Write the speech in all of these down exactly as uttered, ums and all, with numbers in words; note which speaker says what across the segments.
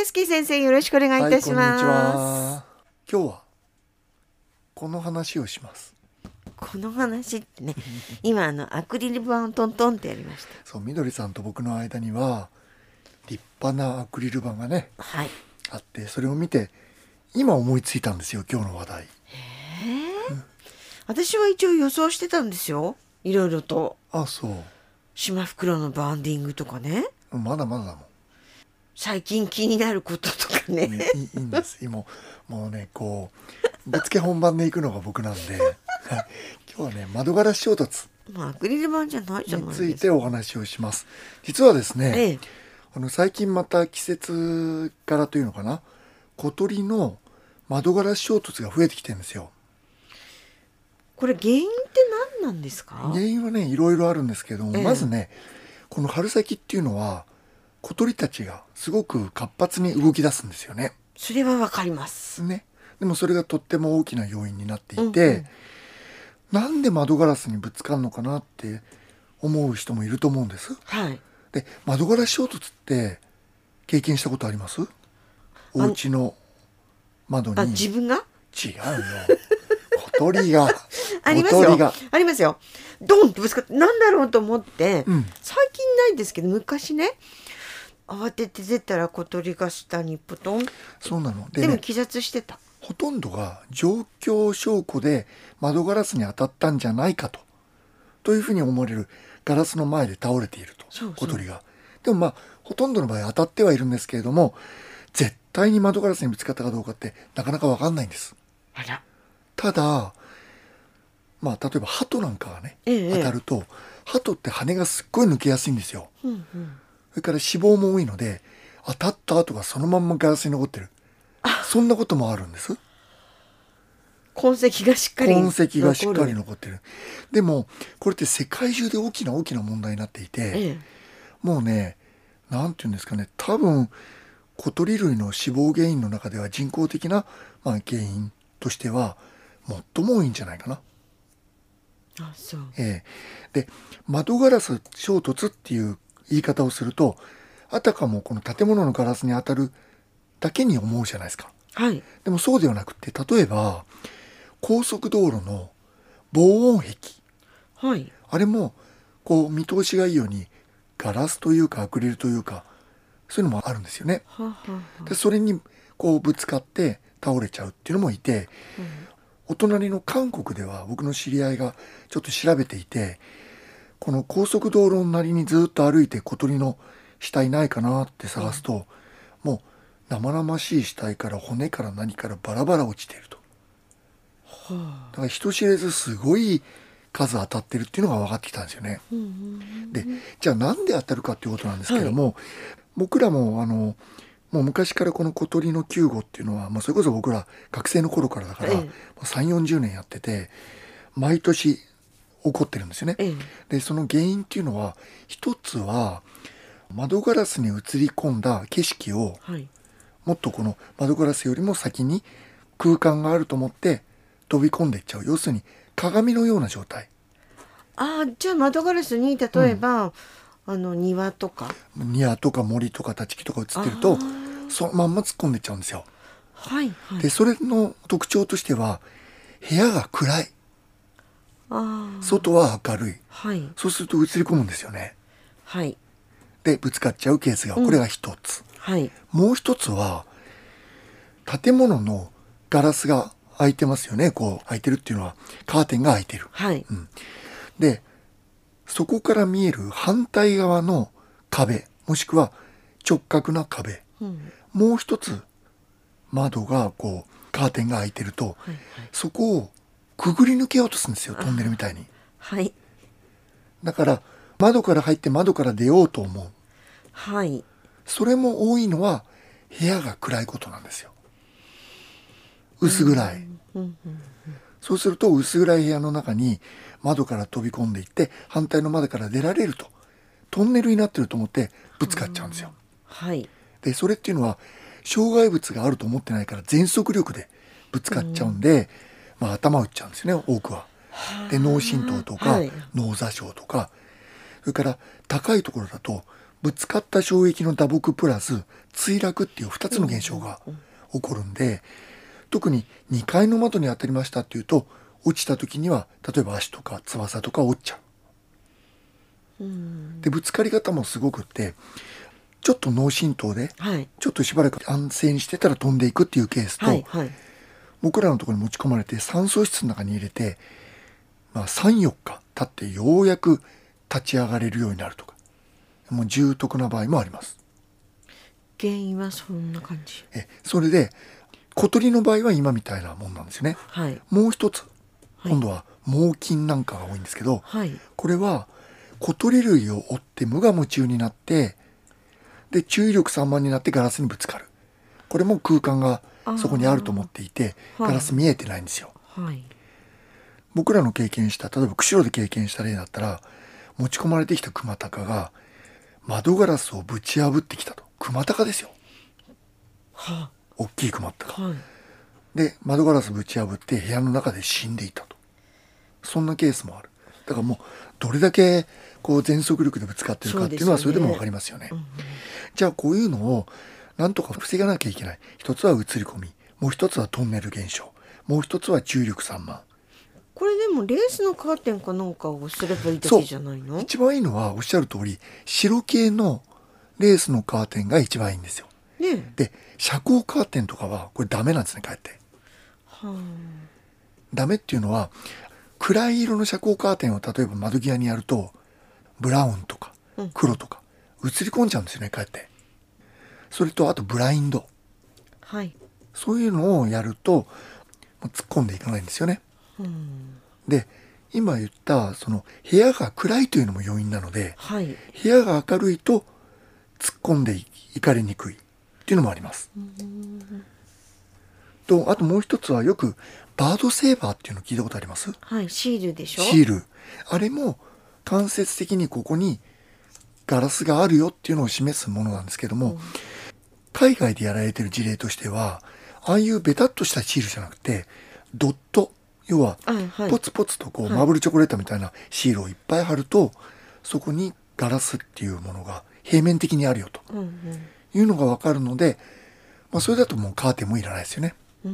Speaker 1: です。キー先生、よろしくお願いいたします。
Speaker 2: はい、こんにちは。今日はこの話をします。
Speaker 1: この話ってね、今あのアクリル板をトントンってやりました。
Speaker 2: そう、みどりさんと僕の間には立派なアクリル板がね、
Speaker 1: はい、
Speaker 2: あって、それを見て今思いついたんですよ、今日の話題。
Speaker 1: へえ、うん、私は一応予想してたんですよ、いろいろと。
Speaker 2: あ、そう。
Speaker 1: 島袋のバンディングとかね。
Speaker 2: まだまだだもん。
Speaker 1: 最近気になることとかね。
Speaker 2: ね、いい、いいんです。もう、もうね、こうぶっつけ本番で行くのが僕なんで今日はね、窓ガラス衝突
Speaker 1: まあ、アクリル板じゃないじゃないですか。
Speaker 2: についてお話をします。実はですね、
Speaker 1: ええ、
Speaker 2: あの最近また季節柄というのかな、小鳥の窓ガラス衝突が増えてきてるんですよ。
Speaker 1: これ原因って何なんですか？
Speaker 2: 原因はね、いろいろあるんですけども、
Speaker 1: ええ、
Speaker 2: まずね、この春先っていうのは小鳥たちがすごく活発に動き出すんですよね。
Speaker 1: それはわかります
Speaker 2: ね。でもそれがとっても大きな要因になっていて、
Speaker 1: うんうん、
Speaker 2: なんで窓ガラスにぶつかるのかなって思う人もいると思うんです。
Speaker 1: はい。
Speaker 2: で、窓ガラス衝突って経験したことあります？お家の窓に。
Speaker 1: あ、自分が？
Speaker 2: 違うよ。小鳥が。
Speaker 1: ありますよ。ありますよ。ドンってぶつかって、なんだろうと思って、うん、最近ないですけど、昔ね、慌てて出たら小鳥が下にポトン。
Speaker 2: そうなの。
Speaker 1: で、ね、でも気絶してた。
Speaker 2: ほとんどが状況証拠で窓ガラスに当たったんじゃないかと、というふうに思われるガラスの前で倒れていると。そうそう、小鳥が。でもまあ、ほとんどの場合当たってはいるんですけれども、絶対に窓ガラスにぶつかったかどうかってなかなかわかんないんです。
Speaker 1: あら。
Speaker 2: ただ、まあ、例えば鳩なんかがね、ええ、当たると、鳩って羽がすっごい抜けやすいんですよ。うんうん、それから脂肪も多いので、当たった後がそのまんまガラスに残ってる。そんなこともあるんです。
Speaker 1: 痕跡がしっかり
Speaker 2: 痕跡がしっかり残ってる。でもこれって世界中で大きな大きな問題になっていて、ええ、もうね、なんていうんですかね、多分小鳥類の死亡原因の中では人工的な、まあ、原因としては最も多いんじゃないかな。
Speaker 1: あ、そう。
Speaker 2: ええ、で、窓ガラス衝突っていう言い方をすると、あたかもこの建物のガラスに当たるだけに思うじゃないですか。
Speaker 1: はい。
Speaker 2: でもそうではなくて、例えば高速道路の防音壁、
Speaker 1: はい、
Speaker 2: あれもこう見通しがいいようにガラスというかアクリルというか、そういうのもあるんですよね。ははは。で、それにこうぶつかって倒れちゃうっていうのもいて、うん、お隣の韓国では僕の知り合いがちょっと調べていて、この高速道路のなりにずっと歩いて小鳥の死体ないかなって探すと、うん、もう生々しい死体から骨から何からバラバラ落ちていると。はあ、だから人知れずすごい数当たってるっていうのが分かってきたんですよね。うんうんうん、で、じゃあなんで当たるかっていうことなんですけども、はい、僕らもあのもう昔からこの小鳥の救護っていうのは、まあ、それこそ僕ら学生の頃からだから、ええ、さんじゅうよんじゅうねんやってて毎年起こってるんですよね。ええ、でその原因っていうのは、一つは窓ガラスに映り込んだ景色を、はい、もっとこの窓ガラスよりも先に空間があると思って飛び込んでいっちゃう。要するに鏡のような状態。
Speaker 1: ああ、じゃあ窓ガラスに例えば、うん、あの庭とか
Speaker 2: 庭とか森とか立ち木とか映ってると、そのまんま突っ込んでいっちゃうんですよ。はいはい、でそれの特徴としては、部屋が暗い、あ、外は明るい、はい、そうすると映り込むんですよね。はい、でぶつかっちゃうケースが、これが一つ、うん、はい、もう一つは建物のガラスが開いてますよね。こう開いてるっていうのはカーテンが開いてる、はい、うん、でそこから見える反対側の壁、もしくは直角な壁、うん、もう一つ窓がこうカーテンが開いてると、はいはい、そこをくぐり抜けようとするんですよ、トンネルみたいに。はい、だから窓から入って窓から出ようと思う。はい、それも多いのは部屋が暗いことなんですよ。薄暗い、うんうんうんうん、そうすると薄暗い部屋の中に窓から飛び込んでいって反対の窓から出られると、トンネルになってると思ってぶつかっちゃうんですよ。はい、でそれっていうのは障害物があると思ってないから全速力でぶつかっちゃうんで、うん、まあ、頭打っちゃうんですね、多くは。で脳震盪とか、はい、脳挫傷とか、それから高いところだとぶつかった衝撃の打撲プラス墜落っていうふたつの現象が起こるんで、特ににかいの窓に当たりましたっていうと、落ちた時には例えば足とか翼とか折っちゃう。でぶつかり方もすごくって、ちょっと脳震盪で、はい、ちょっとしばらく安静にしてたら飛んでいくっていうケースと、はいはい、僕らのところに持ち込まれて酸素室の中に入れて、まあ、さん、よっか経ってようやく立ち上がれるようになるとか、もう重篤な場合もあります。
Speaker 1: 原因はそんな感じ。
Speaker 2: えそれで小鳥の場合は今みたいなもんなんですよね、はい、もう一つ、はい、今度は猛禽なんかが多いんですけど、はい、これは小鳥類を追って無我夢中になってで注意力散漫になってガラスにぶつかる。これも空間がそこにあると思っていてガラス見えてないんですよ、はい、僕らの経験した例えば釧路で経験した例だったら、持ち込まれてきたクマタカが窓ガラスをぶち破ってきたと。クマタカですよ、はあ、大きいクマタカ、はい、で窓ガラスぶち破って部屋の中で死んでいたと。そんなケースもある。だからもうどれだけこう全速力でぶつかってるかっていうのはそれでも分かりますよね。うんうん、じゃあこういうのをなんとか防がなきゃいけない。一つは映り込み、もう一つはトンネル現象、もう一つは注意力散漫。
Speaker 1: これでもレースのカーテンかなんかをすればいいだけじゃないの？
Speaker 2: 一番いいのはおっしゃる通り白系のレースのカーテンが一番いいんですよ。ね、で遮光カーテンとかはこれダメなんですね、かえって。はあ、ダメっていうのは暗い色の遮光カーテンを例えば窓際にやるとブラウンとか黒とか映り込んじゃうんですよね、かえって。それとあとブラインド、はい、そういうのをやると突っ込んでいかないんですよね。うん、で今言ったその部屋が暗いというのも要因なので、はい、部屋が明るいと突っ込んでいかれにくいっていうのもあります。うんとあともう一つはよくバードセーバーっていうの聞いたことあります？
Speaker 1: はい、シールでしょ。
Speaker 2: シール、あれも間接的にここにガラスがあるよっていうのを示すものなんですけども、うん、海外でやられてる事例としてはああいうベタっとしたシールじゃなくてドット、要はポツポツとこうマーブルチョコレートみたいなシールをいっぱい貼ると、そこにガラスっていうものが平面的にあるよというのが分かるので、まあ、それだともうカーテンもいらないですよね。
Speaker 1: うん、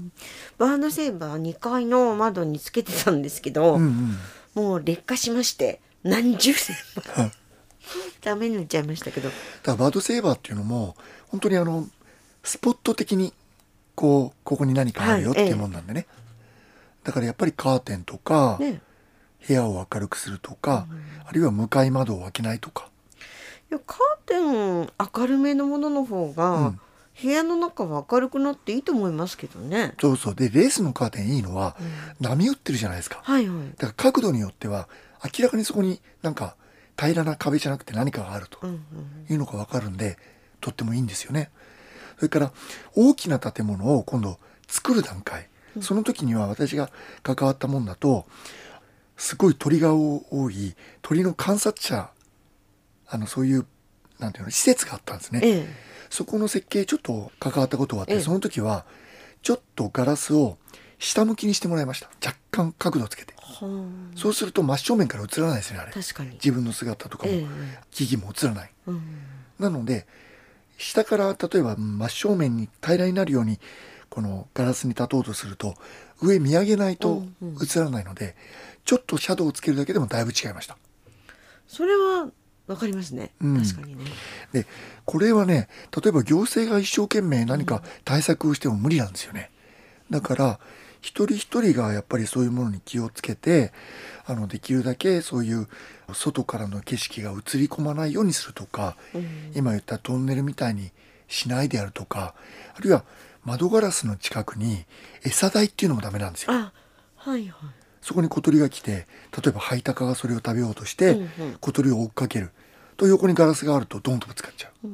Speaker 1: バードセーバーにかいの窓につけてたんですけど、うんうん、もう劣化しまして何十年もダメになっちゃいましたけど。だ
Speaker 2: からバードセーバーっていうのも本当にあのスポット的にこうここに何かあるよっていうもんなんでね、はい、ええ、だからやっぱりカーテンとか、ね、部屋を明るくするとか、うん、あるいは向かい窓を開けないとか。
Speaker 1: いやカーテン明るめのものの方が、うん、部屋の中は明るくなっていいと思いますけどね。
Speaker 2: そうそう。でレースのカーテンいいのは、うん、波打ってるじゃないですか、はいはい、だから角度によっては明らかにそこになんか平らな壁じゃなくて何かがあるというのが分かるんで、うんうん、とってもいいんですよね。それから大きな建物を今度作る段階、うん、その時には私が関わったもんだとすごい鳥が多い鳥の観察者、あのそういうなんていうの施設があったんですね、ええ、そこの設計ちょっと関わったことがあって、ええ、その時はちょっとガラスを下向きにしてもらいました。若干角度つけて、そうすると真正面から映らないですね、あれ。確かに自分の姿とかも、ええ、木々も映らない、うん、なので下から例えば真正面に平らになるようにこのガラスに立とうとすると上見上げないと映らないので、うんうん、ちょっとシャドウをつけるだけでもだいぶ違いました。
Speaker 1: それはわかりますね、うん、確かにね。
Speaker 2: でこれはね、例えば行政が一生懸命何か対策をしても無理なんですよね。だから一人一人がやっぱりそういうものに気をつけて、あのできるだけそういう外からの景色が映り込まないようにするとか、うん、今言ったトンネルみたいにしないであるとか、あるいは窓ガラスの近くに餌台っていうのもダメなんですよ。あ、はいはい、そこに小鳥が来て、例えばハイタカがそれを食べようとして、うんうん、小鳥を追っかけると横にガラスがあるとドンとぶつかっちゃう、うん、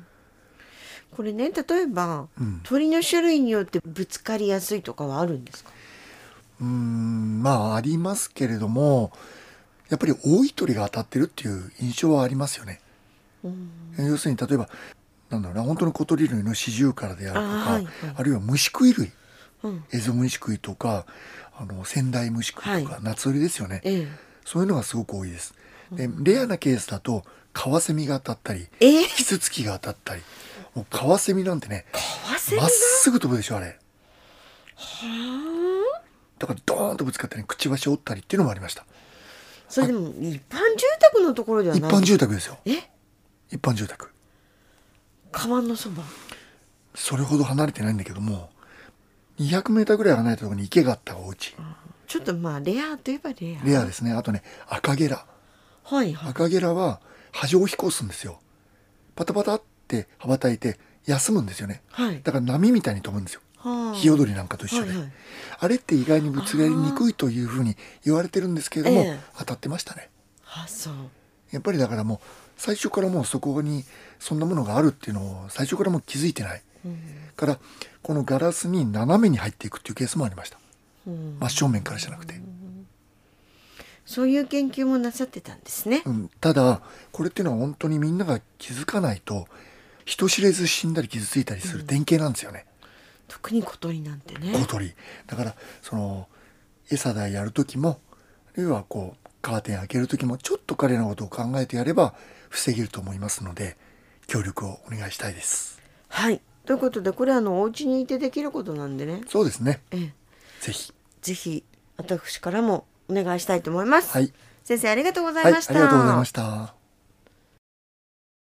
Speaker 1: これね、例えば、うん、鳥の種類によってぶつかりやすいとかはあるんですか？
Speaker 2: うーん、まあありますけれども、やっぱり多い鳥が当たってるっていう印象はありますよね。うん、要するに例えばなんだろうな、本当に小鳥類のシジュウカラであるとか、あ、はいはい、あるいは虫食い類、うん、エゾムシ食いとかあの仙台虫食いとか、はい、夏鳥ですよね、ええ、そういうのがすごく多いです。 でレアなケースだとカワセミが当たったり、
Speaker 1: えー、
Speaker 2: キツツキが当たったり、もうカワセミなんてね、まっすぐ飛ぶでしょあれ。はだからドーンとぶつかってね、くちばし折ったりっていうのもありました。
Speaker 1: それでも一般住宅のところではない。
Speaker 2: 一般住宅ですよ。
Speaker 1: え
Speaker 2: 一般住宅、
Speaker 1: 川のそば、
Speaker 2: それほど離れてないんだけども、にひゃくメーターぐらい離れたところに池があったお家、
Speaker 1: ちょっとまあレアといえばレア
Speaker 2: レアですね。あとね、赤ゲラ、
Speaker 1: はいはい、
Speaker 2: 赤ゲラは波状飛行するんですよ。パタパタって羽ばたいて休むんですよね、はい、だから波みたいに飛ぶんですよ、はあ、ヒヨドリなんかと一緒で、はいはい、あれって意外にぶつかりにくいというふうに言われてるんですけれども、ええ、当たってましたね。
Speaker 1: あ、そう。
Speaker 2: やっぱりだからもう最初からもうそこにそんなものがあるっていうのを最初からもう気づいてない、うん、からこのガラスに斜めに入っていくっていうケースもありました、うん、真正面からじゃなくて、うん、
Speaker 1: そういう研究もなさってたんですね、
Speaker 2: うん、ただこれっていうのは本当にみんなが気づかないと人知れず死んだり傷ついたりする典型なんですよね、うん、
Speaker 1: 特に小鳥なんてね。
Speaker 2: 小鳥だからその餌代やる時も、あるいはこうカーテン開ける時もちょっと彼らのことを考えてやれば防げると思いますので、協力をお願いしたいです。
Speaker 1: はい、ということでこれはあのお家にいてできることなんでね。
Speaker 2: そうですね、
Speaker 1: ええ、
Speaker 2: ぜひ
Speaker 1: ぜひ私からもお願いしたいと思います、
Speaker 2: はい、
Speaker 1: 先生ありがとうございました、
Speaker 2: はい、ありがとうございました。